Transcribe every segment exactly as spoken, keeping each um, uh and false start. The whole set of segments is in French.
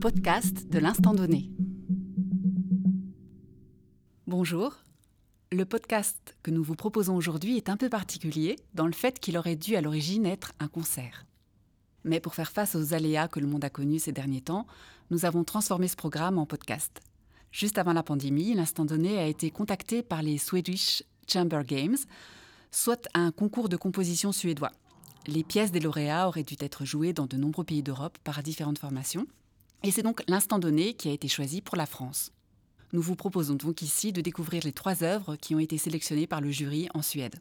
podcast de l'instant donné. Bonjour, le podcast que nous vous proposons aujourd'hui est un peu particulier dans le fait qu'il aurait dû à l'origine être un concert. Mais pour faire face aux aléas que le monde a connus ces derniers temps, nous avons transformé ce programme en podcast. Juste avant la pandémie, l'instant donné a été contacté par les Swedish Chamber Games, soit un concours de composition suédois. Les pièces des lauréats auraient dû être jouées dans de nombreux pays d'Europe par différentes formations. Et c'est donc l'instant donné qui a été choisi pour la France. Nous vous proposons donc ici de découvrir les trois œuvres qui ont été sélectionnées par le jury en Suède.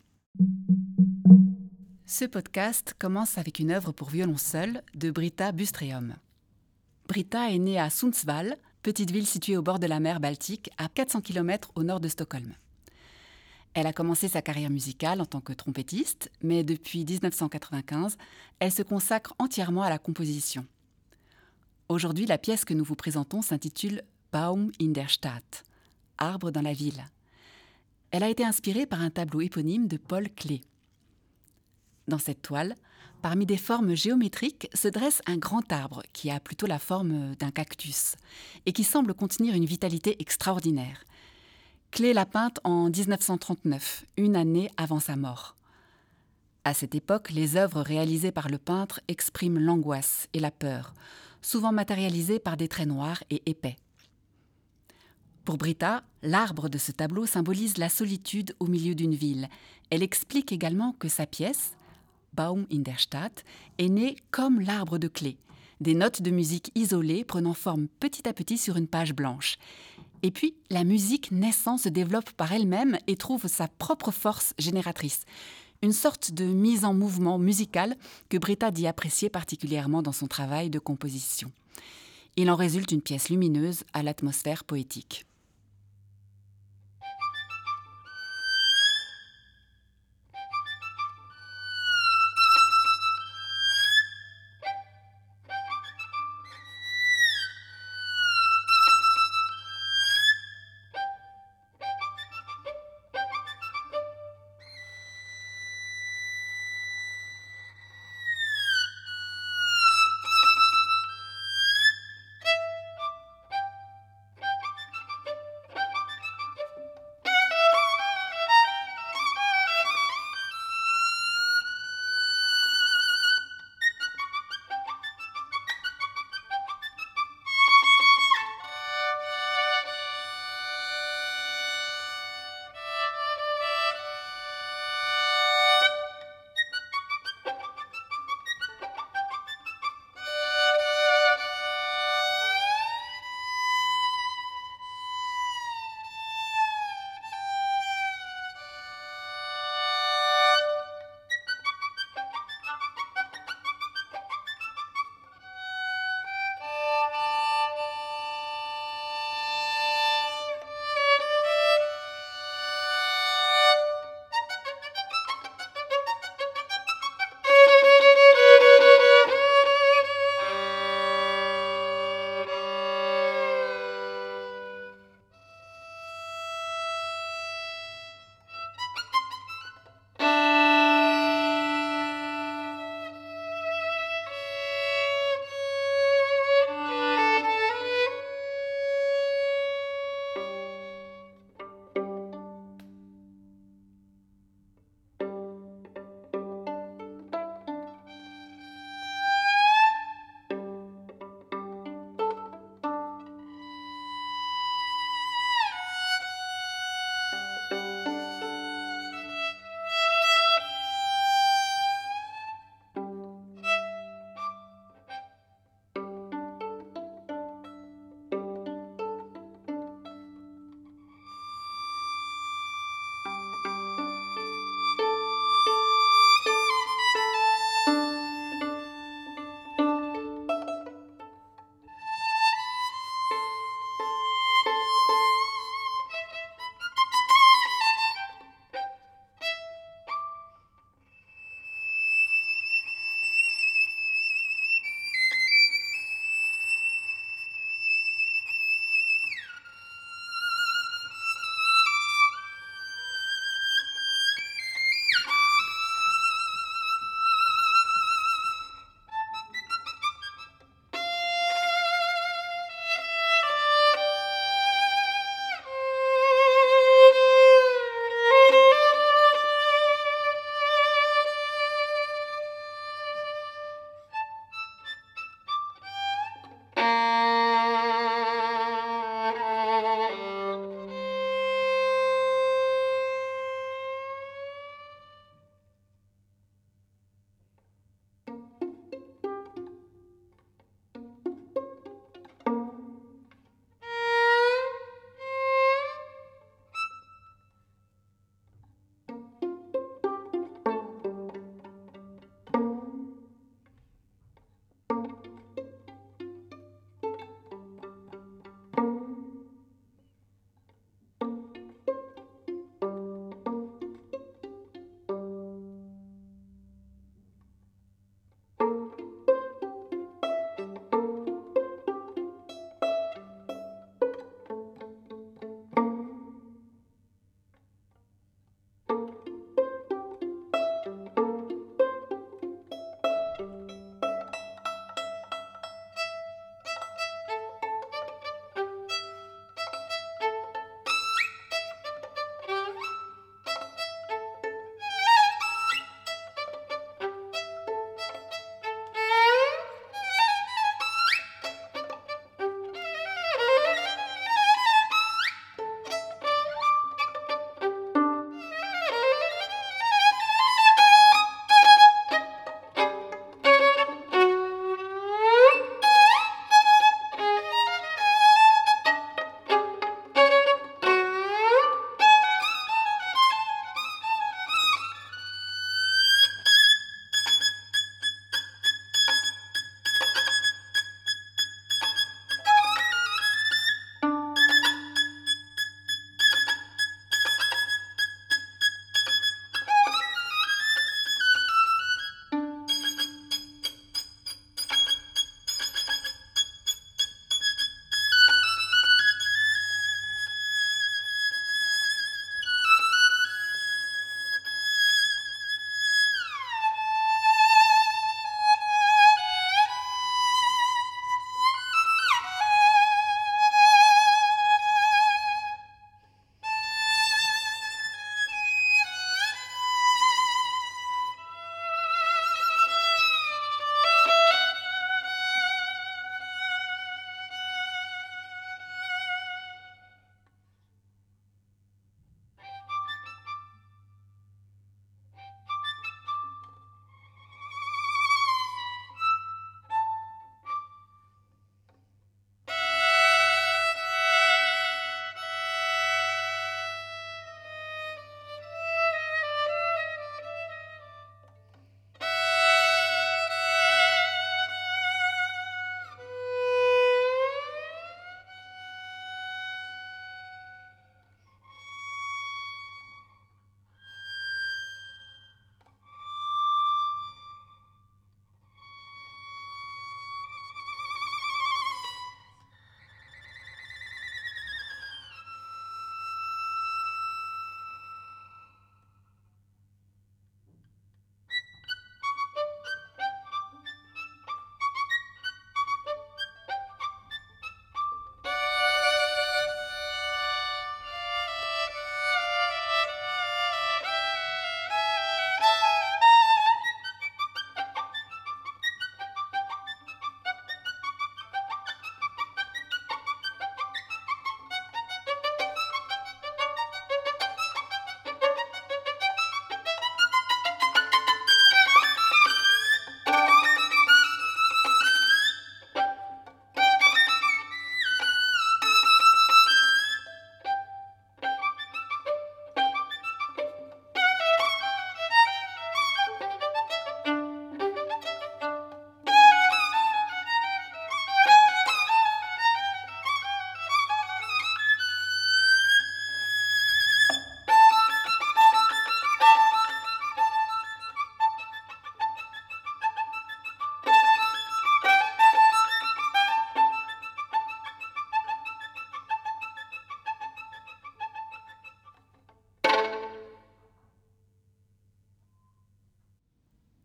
Ce podcast commence avec une œuvre pour violon seul de Britta Bustreum. Britta est née à Sundsvall, petite ville située au bord de la mer Baltique, à quatre cents kilomètres au nord de Stockholm. Elle a commencé sa carrière musicale en tant que trompettiste, mais depuis dix-neuf cent quatre-vingt-quinze, elle se consacre entièrement à la composition. Aujourd'hui, la pièce que nous vous présentons s'intitule « Baum in der Stadt », « Arbre dans la ville ». Elle a été inspirée par un tableau éponyme de Paul Klee. Dans cette toile, parmi des formes géométriques, se dresse un grand arbre qui a plutôt la forme d'un cactus et qui semble contenir une vitalité extraordinaire. Klee l'a peinte en dix-neuf cent trente-neuf, une année avant sa mort. À cette époque, les œuvres réalisées par le peintre expriment l'angoisse et la peur, souvent matérialisées par des traits noirs et épais. Pour Britta, l'arbre de ce tableau symbolise la solitude au milieu d'une ville. Elle explique également que sa pièce, Baum in der Stadt, est née comme l'arbre de Klee, des notes de musique isolées prenant forme petit à petit sur une page blanche. Et puis, la musique naissant se développe par elle-même et trouve sa propre force génératrice. Une sorte de mise en mouvement musical que Britta dit apprécier particulièrement dans son travail de composition. Il en résulte une pièce lumineuse à l'atmosphère poétique.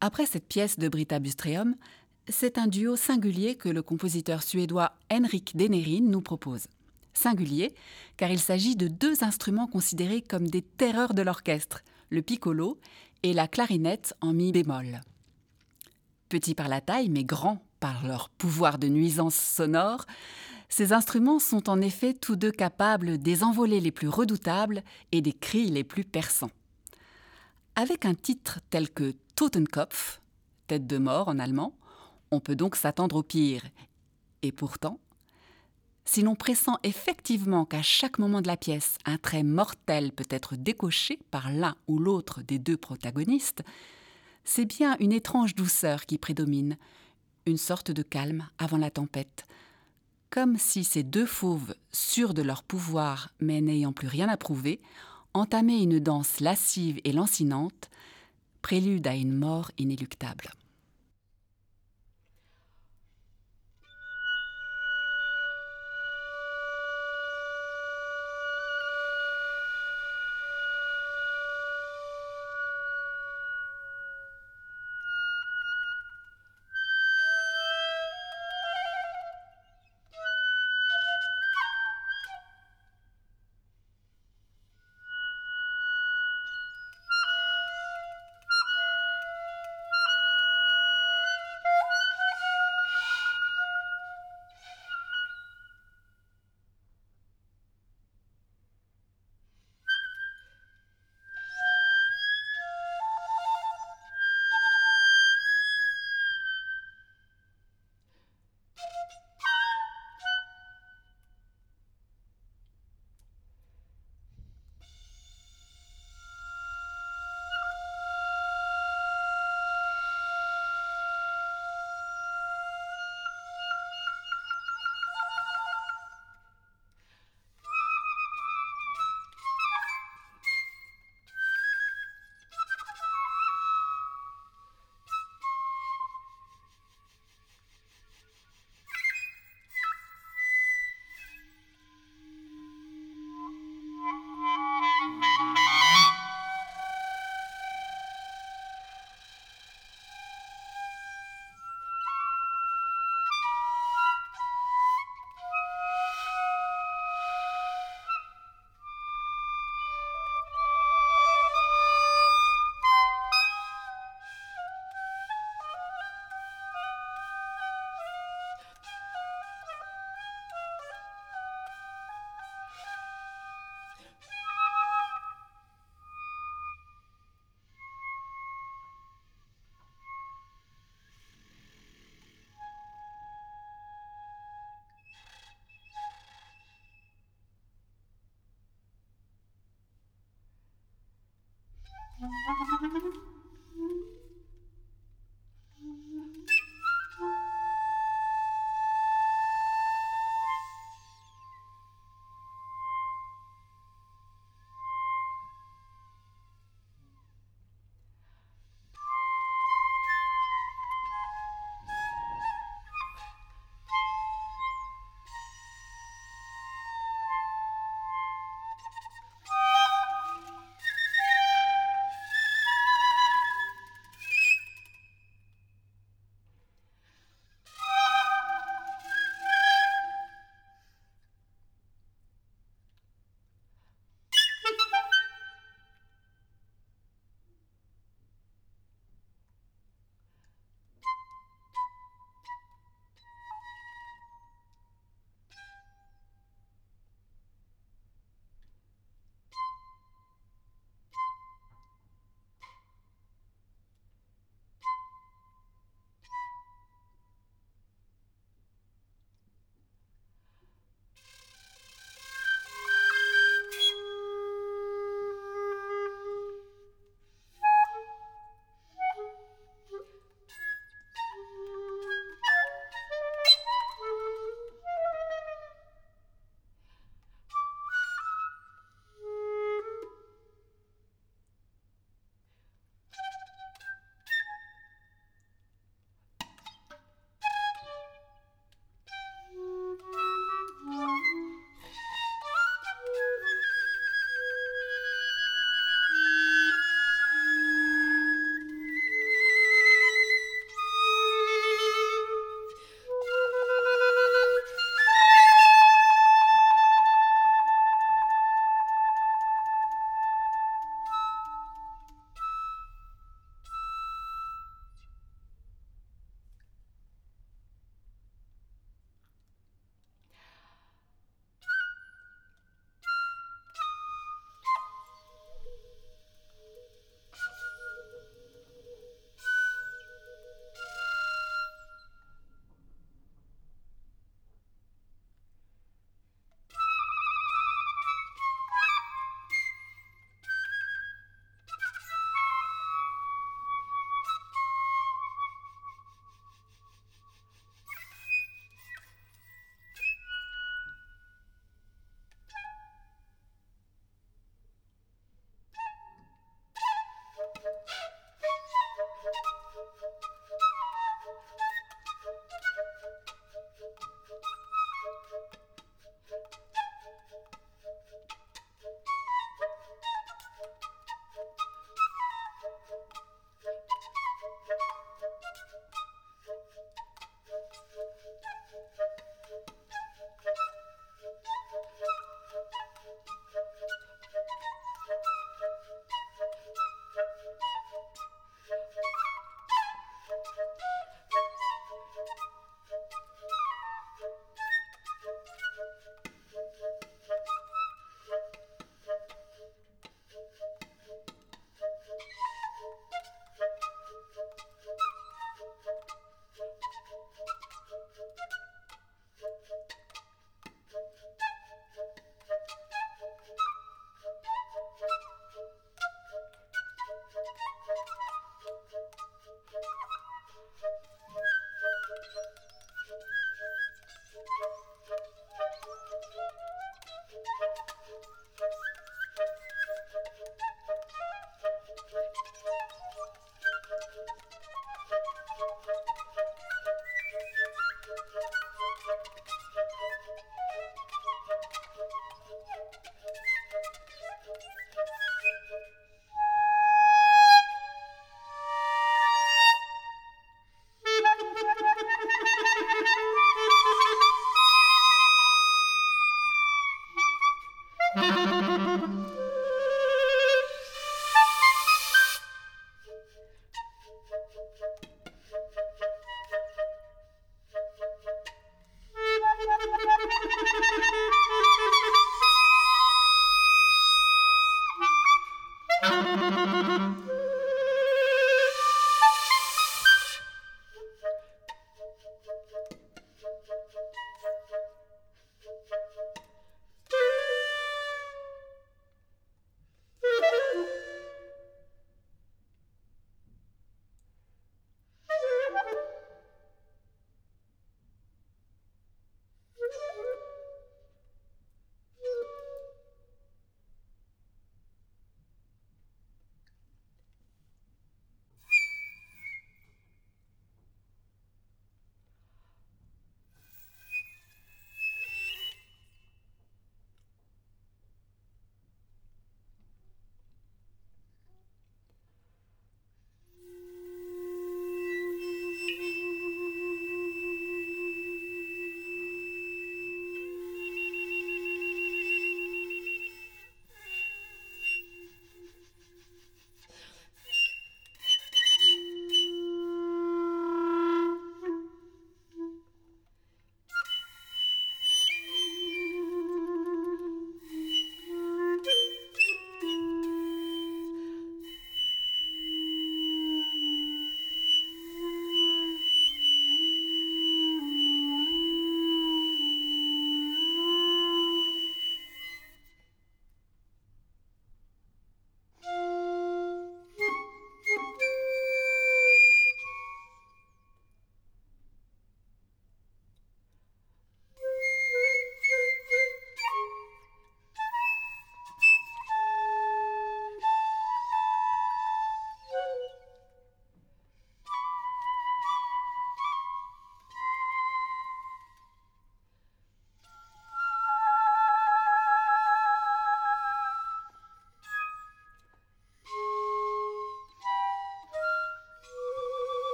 Après cette pièce de Britta Bustreum, c'est un duo singulier que le compositeur suédois Henrik Denerin nous propose. Singulier, car il s'agit de deux instruments considérés comme des terreurs de l'orchestre, le piccolo et la clarinette en mi bémol. Petits par la taille, mais grands par leur pouvoir de nuisance sonore, ces instruments sont en effet tous deux capables des envolées les plus redoutables et des cris les plus perçants. Avec un titre tel que Totenkopf, tête de mort en allemand, on peut donc s'attendre au pire. Et pourtant, si l'on pressent effectivement qu'à chaque moment de la pièce, un trait mortel peut être décoché par l'un ou l'autre des deux protagonistes, c'est bien une étrange douceur qui prédomine, une sorte de calme avant la tempête, comme si ces deux fauves, sûrs de leur pouvoir mais n'ayant plus rien à prouver, entamaient une danse lascive et lancinante, prélude à une mort inéluctable.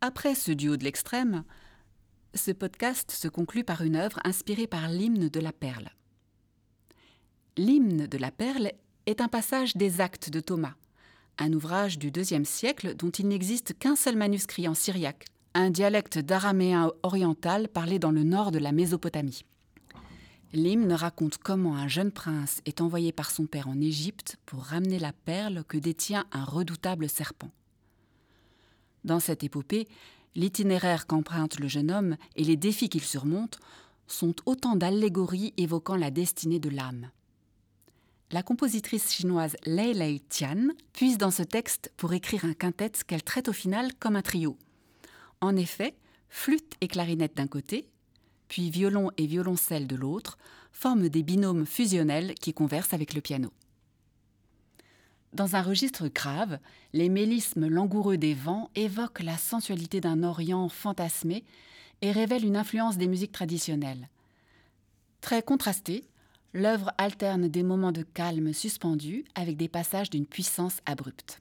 Après ce duo de l'extrême, ce podcast se conclut par une œuvre inspirée par l'hymne de la Perle. L'hymne de la Perle est un passage des Actes de Thomas, un ouvrage du deuxième siècle dont il n'existe qu'un seul manuscrit en syriaque, un dialecte d'araméen oriental parlé dans le nord de la Mésopotamie. L'hymne raconte comment un jeune prince est envoyé par son père en Égypte pour ramener la perle que détient un redoutable serpent. Dans cette épopée, l'itinéraire qu'emprunte le jeune homme et les défis qu'il surmonte sont autant d'allégories évoquant la destinée de l'âme. La compositrice chinoise Lei Lei Tian puise dans ce texte pour écrire un quintet qu'elle traite au final comme un trio. En effet, flûte et clarinette d'un côté, puis violon et violoncelle de l'autre, forment des binômes fusionnels qui conversent avec le piano. Dans un registre grave, les mélismes langoureux des vents évoquent la sensualité d'un Orient fantasmé et révèlent une influence des musiques traditionnelles. Très contrastée, l'œuvre alterne des moments de calme suspendu avec des passages d'une puissance abrupte.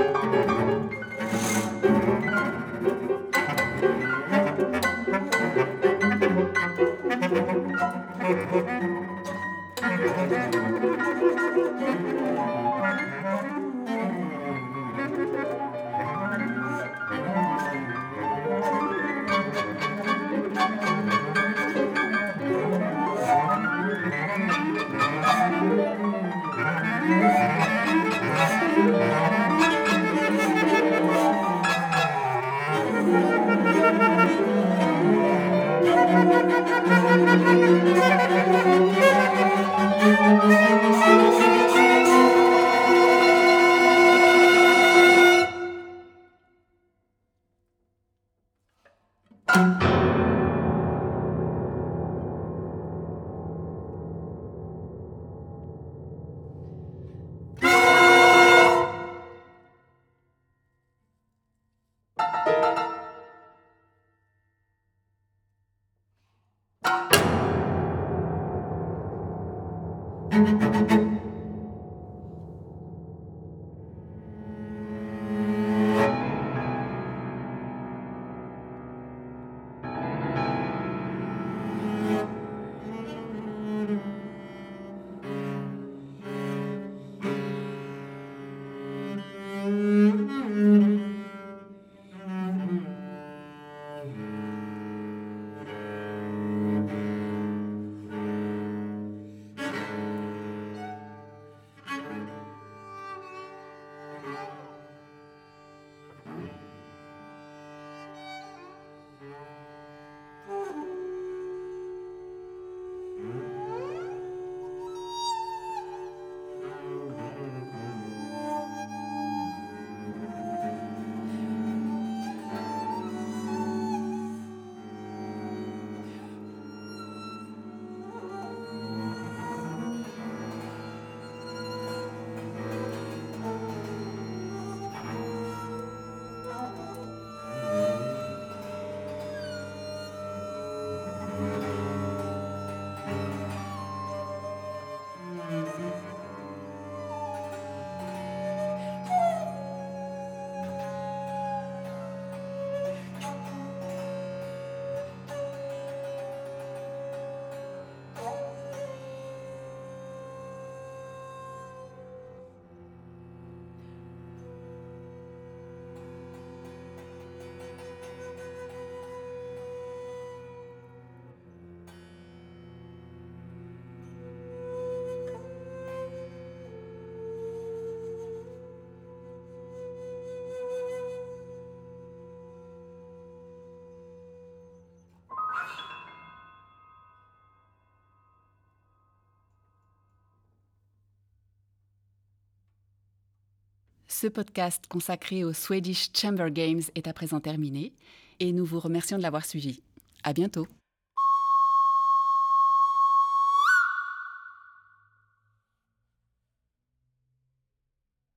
Ce podcast consacré aux Swedish Chamber Games est à présent terminé et nous vous remercions de l'avoir suivi. À bientôt.